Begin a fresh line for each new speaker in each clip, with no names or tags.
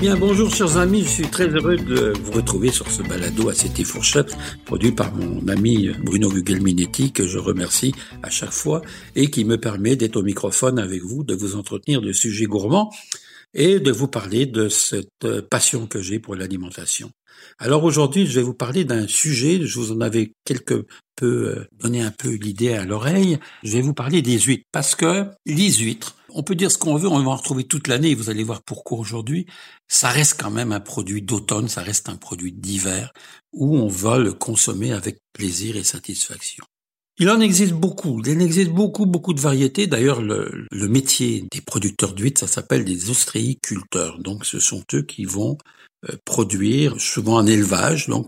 bien, bonjour chers amis, je suis très heureux de vous retrouver sur ce balado Assiette et Fourchette, produit par mon ami Bruno Gugelminetti, que je remercie à chaque fois, et qui me permet d'être au microphone avec vous, de vous entretenir de sujets gourmands, et de vous parler de cette passion que j'ai pour l'alimentation. Alors aujourd'hui, je vais vous parler d'un sujet, je vous en avais quelque peu donné un peu l'idée à l'oreille, je vais vous parler des huîtres, parce que les huîtres, on peut dire ce qu'on veut, on va en retrouver toute l'année, vous allez voir pourquoi aujourd'hui, ça reste quand même un produit d'automne, ça reste un produit d'hiver, où on va le consommer avec plaisir et satisfaction. Il en existe beaucoup, beaucoup de variétés. D'ailleurs, le métier des producteurs d'huîtres, ça s'appelle des ostréiculteurs. Donc, ce sont eux qui vont produire, souvent en élevage, donc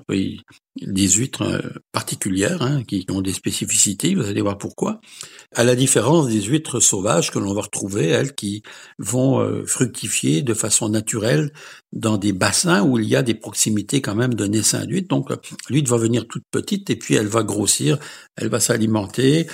des huîtres particulières, qui ont des spécificités, vous allez voir pourquoi. À la différence des huîtres sauvages que l'on va retrouver, elles qui vont fructifier de façon naturelle dans des bassins où il y a des proximités quand même de naissain d'huîtres. Donc, l'huître va venir toute petite et puis elle va grossir, elle va s'alimenter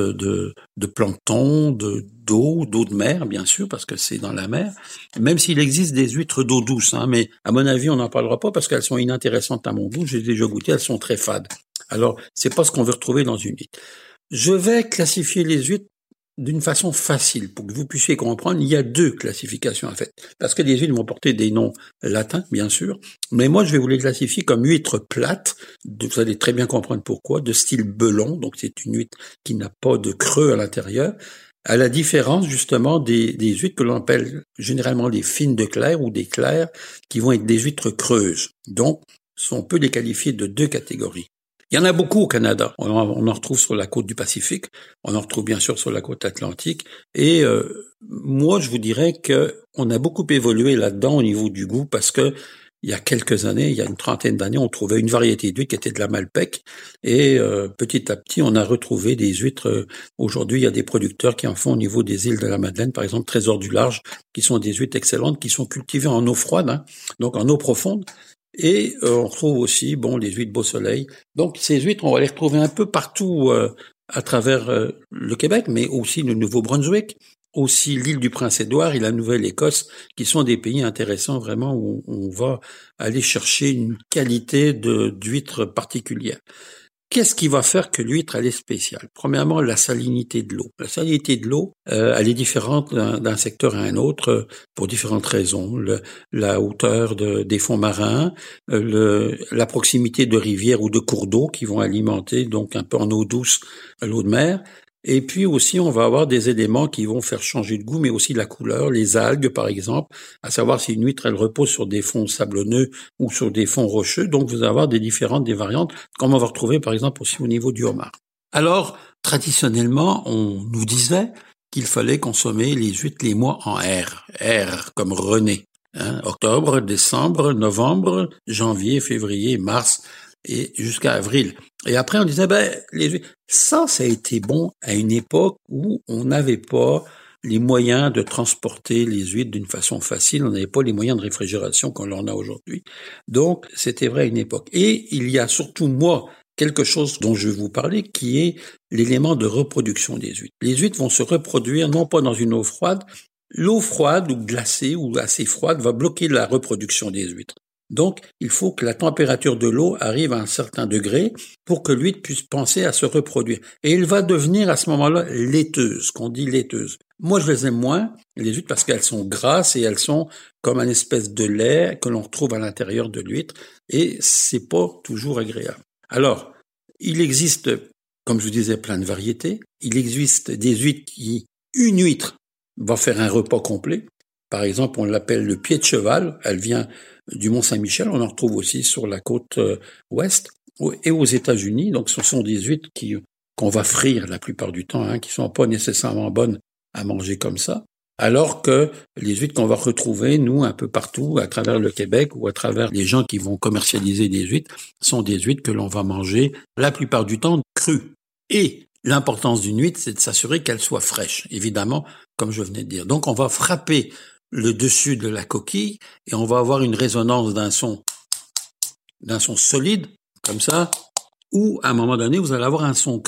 de plancton, d'eau de mer, bien sûr, parce que c'est dans la mer, même s'il existe des huîtres d'eau douce, mais à mon avis, on n'en parlera pas parce qu'elles sont inintéressantes à mon goût, j'ai déjà goûté, elles sont très fades. Alors, c'est pas ce qu'on veut retrouver dans une huître. Je vais classifier les huîtres d'une façon facile, pour que vous puissiez comprendre. Il y a deux classifications, en fait. Parce que les huîtres vont porter des noms latins, bien sûr, mais moi, je vais vous les classifier comme huîtres plates, vous allez très bien comprendre pourquoi, de style belon, donc c'est une huître qui n'a pas de creux à l'intérieur, à la différence, justement, des huîtres que l'on appelle généralement des fines de clair ou des clairs, qui vont être des huîtres creuses. Donc, on peut les qualifier de deux catégories. Il y en a beaucoup au Canada. On en retrouve sur la côte du Pacifique. On en retrouve bien sûr sur la côte atlantique. Et moi, je vous dirais que on a beaucoup évolué là-dedans au niveau du goût parce que il y a quelques années, il y a une trentaine d'années, on trouvait une variété d'huîtres qui était de la Malbec. Et petit à petit, on a retrouvé des huîtres. Aujourd'hui, il y a des producteurs qui en font au niveau des îles de la Madeleine, par exemple Trésor du Large, qui sont des huîtres excellentes, qui sont cultivées en eau froide, donc en eau profonde. Et on retrouve aussi, les huîtres Beau Soleil. Donc ces huîtres, on va les retrouver un peu partout à travers le Québec, mais aussi le Nouveau-Brunswick, aussi l'île du Prince-Édouard et la Nouvelle-Écosse, qui sont des pays intéressants vraiment où on va aller chercher une qualité d'huître particulière. Qu'est-ce qui va faire que l'huître, elle est spéciale? Premièrement, la salinité de l'eau. La salinité de l'eau, elle est différente d'un secteur à un autre pour différentes raisons. La hauteur des fonds marins, la proximité de rivières ou de cours d'eau qui vont alimenter donc un peu en eau douce l'eau de mer. Et puis aussi, on va avoir des éléments qui vont faire changer de goût, mais aussi la couleur, les algues par exemple, à savoir si une huître, elle repose sur des fonds sablonneux ou sur des fonds rocheux. Donc, vous allez avoir des variantes, comme on va retrouver par exemple aussi au niveau du homard. Alors, traditionnellement, on nous disait qu'il fallait consommer les huîtres les mois en R. R comme René. Octobre, décembre, novembre, janvier, février, mars et jusqu'à avril. Et après, on disait, les huîtres, ça a été bon à une époque où on n'avait pas les moyens de transporter les huîtres d'une façon facile. On n'avait pas les moyens de réfrigération qu'on en a aujourd'hui. Donc, c'était vrai à une époque. Et il y a surtout, quelque chose dont je vais vous parler, qui est l'élément de reproduction des huîtres. Les huîtres vont se reproduire non pas dans une eau froide. L'eau froide ou glacée ou assez froide va bloquer la reproduction des huîtres. Donc, il faut que la température de l'eau arrive à un certain degré pour que l'huître puisse penser à se reproduire. Et elle va devenir à ce moment-là laiteuse, qu'on dit laiteuse. Moi, je les aime moins, les huîtres, parce qu'elles sont grasses et elles sont comme une espèce de lait que l'on retrouve à l'intérieur de l'huître et c'est pas toujours agréable. Alors, il existe, comme je vous disais, plein de variétés. Il existe des huîtres une huître va faire un repas complet. Par exemple, on l'appelle le pied de cheval. Elle vient du Mont-Saint-Michel. On en retrouve aussi sur la côte ouest et aux États-Unis. Donc, ce sont des huîtres qu'on va frire la plupart du temps, qui sont pas nécessairement bonnes à manger comme ça. Alors que les huîtres qu'on va retrouver, nous, un peu partout, à travers le Québec ou à travers les gens qui vont commercialiser des huîtres, sont des huîtres que l'on va manger la plupart du temps crues. Et l'importance d'une huître, c'est de s'assurer qu'elle soit fraîche, évidemment, comme je venais de dire. Donc, on va frapper le dessus de la coquille et on va avoir une résonance d'un son solide, comme ça, ou à un moment donné, vous allez avoir un son creux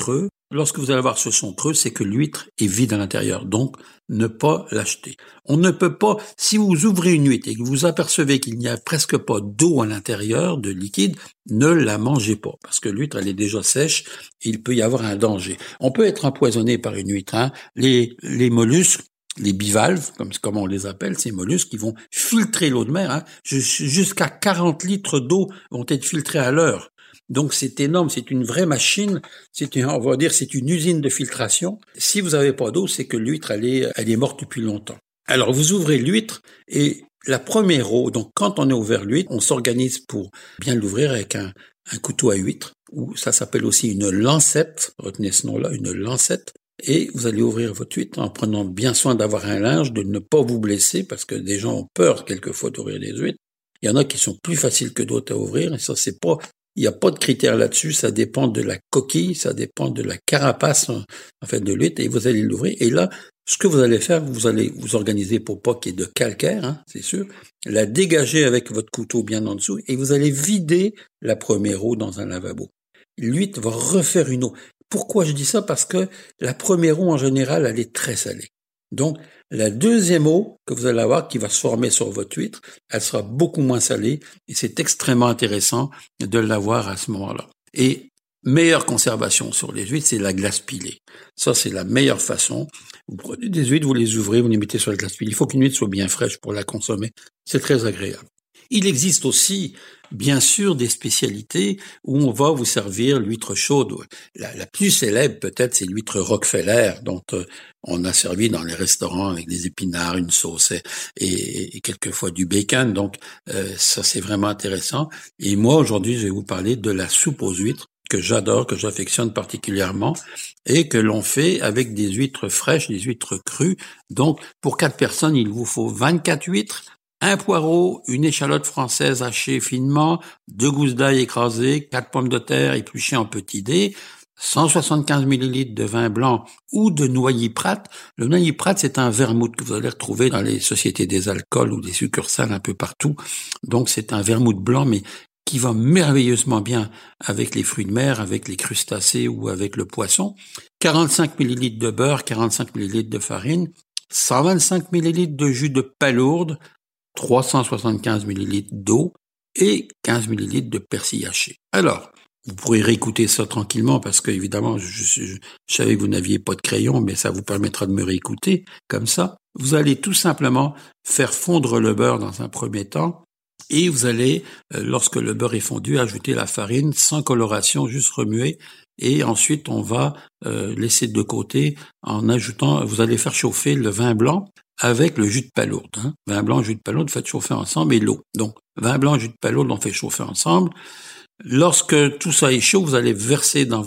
lorsque vous allez voir ce son creux, c'est que l'huître est vide à l'intérieur. Donc, ne pas l'acheter. On ne peut pas, si vous ouvrez une huître et que vous apercevez qu'il n'y a presque pas d'eau à l'intérieur, de liquide, ne la mangez pas. Parce que l'huître, elle est déjà sèche, et il peut y avoir un danger. On peut être empoisonné par une huître, hein. Les mollusques, les bivalves, comme on les appelle, ces mollusques qui vont filtrer l'eau de mer, hein, jusqu'à 40 litres d'eau vont être filtrés à l'heure. Donc c'est énorme, c'est une vraie machine, on va dire c'est une usine de filtration. Si vous n'avez pas d'eau, c'est que l'huître elle est morte depuis longtemps. Alors vous ouvrez l'huître et la première eau, donc quand on a ouvert l'huître, on s'organise pour bien l'ouvrir avec un couteau à huître, ou ça s'appelle aussi une lancette, retenez ce nom-là, une lancette. Et vous allez ouvrir votre huître en prenant bien soin d'avoir un linge, de ne pas vous blesser, parce que des gens ont peur quelquefois d'ouvrir les huîtres. Il y en a qui sont plus faciles que d'autres à ouvrir, et ça c'est pas, il n'y a pas de critère là-dessus, ça dépend de la coquille, ça dépend de la carapace, en fait, de l'huître, et vous allez l'ouvrir. Et là, ce que vous allez faire, vous allez vous organiser pour pas qu'il y ait de calcaire, hein, c'est sûr, la dégager avec votre couteau bien en dessous, et vous allez vider la première eau dans un lavabo. L'huître va refaire une eau. Pourquoi je dis ça? Parce que la première eau, en général, elle est très salée. Donc, la deuxième eau que vous allez avoir, qui va se former sur votre huître, elle sera beaucoup moins salée, et c'est extrêmement intéressant de l'avoir à ce moment-là. Et meilleure conservation sur les huîtres, c'est la glace pilée. Ça, c'est la meilleure façon. Vous prenez des huîtres, vous les ouvrez, vous les mettez sur la glace pilée. Il faut qu'une huître soit bien fraîche pour la consommer. C'est très agréable. Il existe aussi, bien sûr, des spécialités où on va vous servir l'huître chaude. La plus célèbre, peut-être, c'est l'huître Rockefeller, dont on a servi dans les restaurants avec des épinards, une sauce et quelquefois du bacon. Donc, ça, c'est vraiment intéressant. Et moi, aujourd'hui, je vais vous parler de la soupe aux huîtres que j'adore, que j'affectionne particulièrement, et que l'on fait avec des huîtres fraîches, des huîtres crues. Donc, pour 4 personnes, il vous faut 24 huîtres, un poireau, une échalote française hachée finement, 2 gousses d'ail écrasées, 4 pommes de terre épluchées en petits dés, 175 millilitres de vin blanc ou de noilly Prat. Le noilly Prat, c'est un vermouth que vous allez retrouver dans les sociétés des alcools ou des succursales un peu partout. Donc, c'est un vermouth blanc, mais qui va merveilleusement bien avec les fruits de mer, avec les crustacés ou avec le poisson. 45 millilitres de beurre, 45 millilitres de farine, 125 millilitres de jus de palourde, 375 millilitres d'eau et 15 millilitres de persil haché. Alors, vous pourrez réécouter ça tranquillement parce que, évidemment, je savais que vous n'aviez pas de crayon, mais ça vous permettra de me réécouter comme ça. Vous allez tout simplement faire fondre le beurre dans un premier temps et vous allez, lorsque le beurre est fondu, ajouter la farine sans coloration, juste remuer. Et ensuite, on va laisser de côté en ajoutant, vous allez faire chauffer le vin blanc avec le jus de palourde. Hein. Vin blanc, jus de palourde, faites chauffer ensemble et l'eau. Donc, vin blanc, jus de palourde, on fait chauffer ensemble. Lorsque tout ça est chaud, vous allez verser dans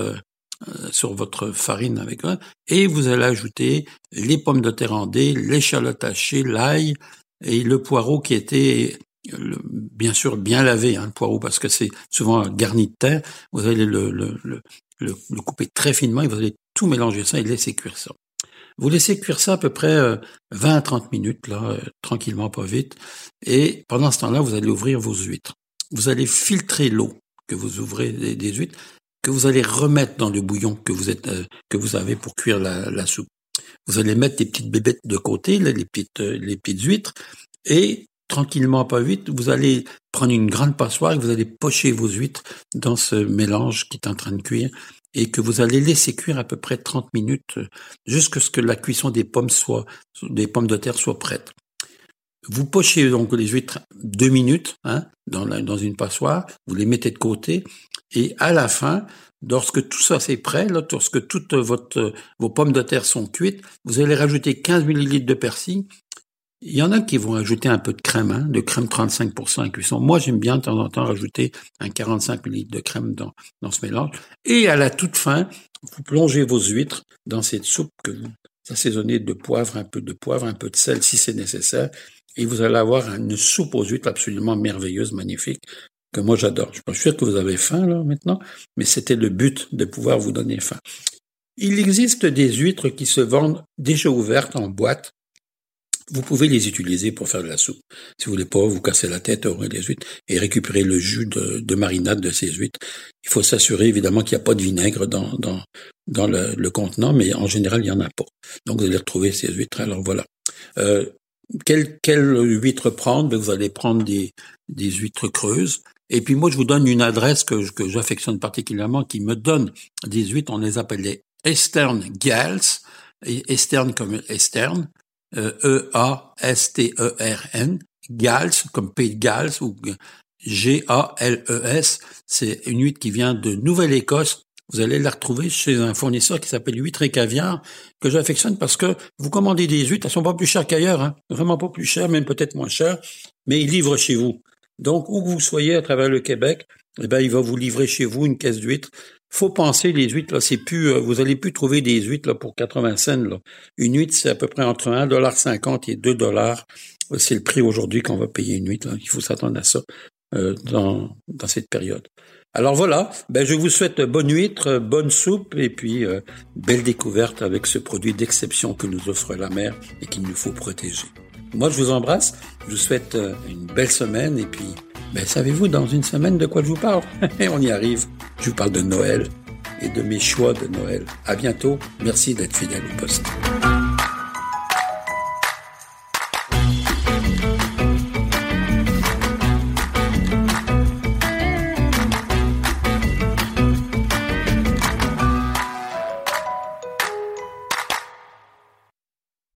sur votre farine avec et vous allez ajouter les pommes de terre en dés, l'échalote hachée, l'ail et le poireau qui était bien sûr bien lavé, hein, le poireau, parce que c'est souvent garni de terre. Vous allez le couper très finement et vous allez tout mélanger ça et laisser cuire ça. Vous laissez cuire ça à peu près 20 à 30 minutes, là, tranquillement, pas vite. Et pendant ce temps-là, vous allez ouvrir vos huîtres. Vous allez filtrer l'eau que vous ouvrez des huîtres, que vous allez remettre dans le bouillon que vous avez pour cuire la soupe. Vous allez mettre des petites bébêtes de côté, là, les petites huîtres, et tranquillement, pas vite, vous allez prendre une grande passoire et vous allez pocher vos huîtres dans ce mélange qui est en train de cuire et que vous allez laisser cuire à peu près 30 minutes jusqu'à ce que la cuisson des pommes de terre soit prête. Vous pochez donc les huîtres 2 minutes, hein, dans une passoire, vous les mettez de côté et à la fin, lorsque tout ça c'est prêt, là, lorsque toutes vos pommes de terre sont cuites, vous allez rajouter 15 millilitres de persil. Il y en a qui vont ajouter un peu de crème, hein, de crème 35% à cuisson. Moi, j'aime bien de temps en temps rajouter un 45 ml de crème dans ce mélange. Et à la toute fin, vous plongez vos huîtres dans cette soupe que vous assaisonnez de poivre, un peu de sel si c'est nécessaire. Et vous allez avoir une soupe aux huîtres absolument merveilleuse, magnifique, que moi j'adore. Je suis sûr que vous avez faim là maintenant, mais c'était le but de pouvoir vous donner faim. Il existe des huîtres qui se vendent déjà ouvertes en boîte. Vous pouvez les utiliser pour faire de la soupe. Si vous voulez pas vous casser la tête au des huîtres et récupérer le jus de marinade de ces huîtres, il faut s'assurer évidemment qu'il n'y a pas de vinaigre dans le contenant, mais en général, il n'y en a pas. Donc, vous allez retrouver ces huîtres. Alors, voilà. Quelle huître prendre? Ben, vous allez prendre des huîtres creuses. Et puis, moi, je vous donne une adresse que j'affectionne particulièrement, qui me donne des huîtres. On les appelle les Eastern Gals. Eastern comme Eastern. E-A-S-T-E-R-N, Gals, comme Pays de Galles, ou G-A-L-E-S, c'est une huître qui vient de Nouvelle-Écosse. Vous allez la retrouver chez un fournisseur qui s'appelle Huîtres et Caviar, que j'affectionne parce que vous commandez des huîtres, elles sont pas plus chères qu'ailleurs, hein, vraiment pas plus chères, même peut-être moins chères, mais ils livrent chez vous. Donc, où que vous soyez à travers le Québec, eh ben, il va vous livrer chez vous une caisse d'huîtres. Faut penser, les huîtres, là, c'est plus, vous allez plus trouver des huîtres, là, pour 80 cents, là. Une huître, c'est à peu près entre $1,50 et $2. C'est le prix aujourd'hui qu'on va payer une huître, là. Il faut s'attendre à ça, dans cette période. Alors voilà, ben, je vous souhaite bonne huître, bonne soupe, et puis, belle découverte avec ce produit d'exception que nous offre la mer et qu'il nous faut protéger. Moi, je vous embrasse, je vous souhaite une belle semaine, et puis, ben, savez-vous, dans une semaine, de quoi je vous parle? On y arrive. Je vous parle de Noël et de mes choix de Noël. À bientôt. Merci d'être fidèle au poste.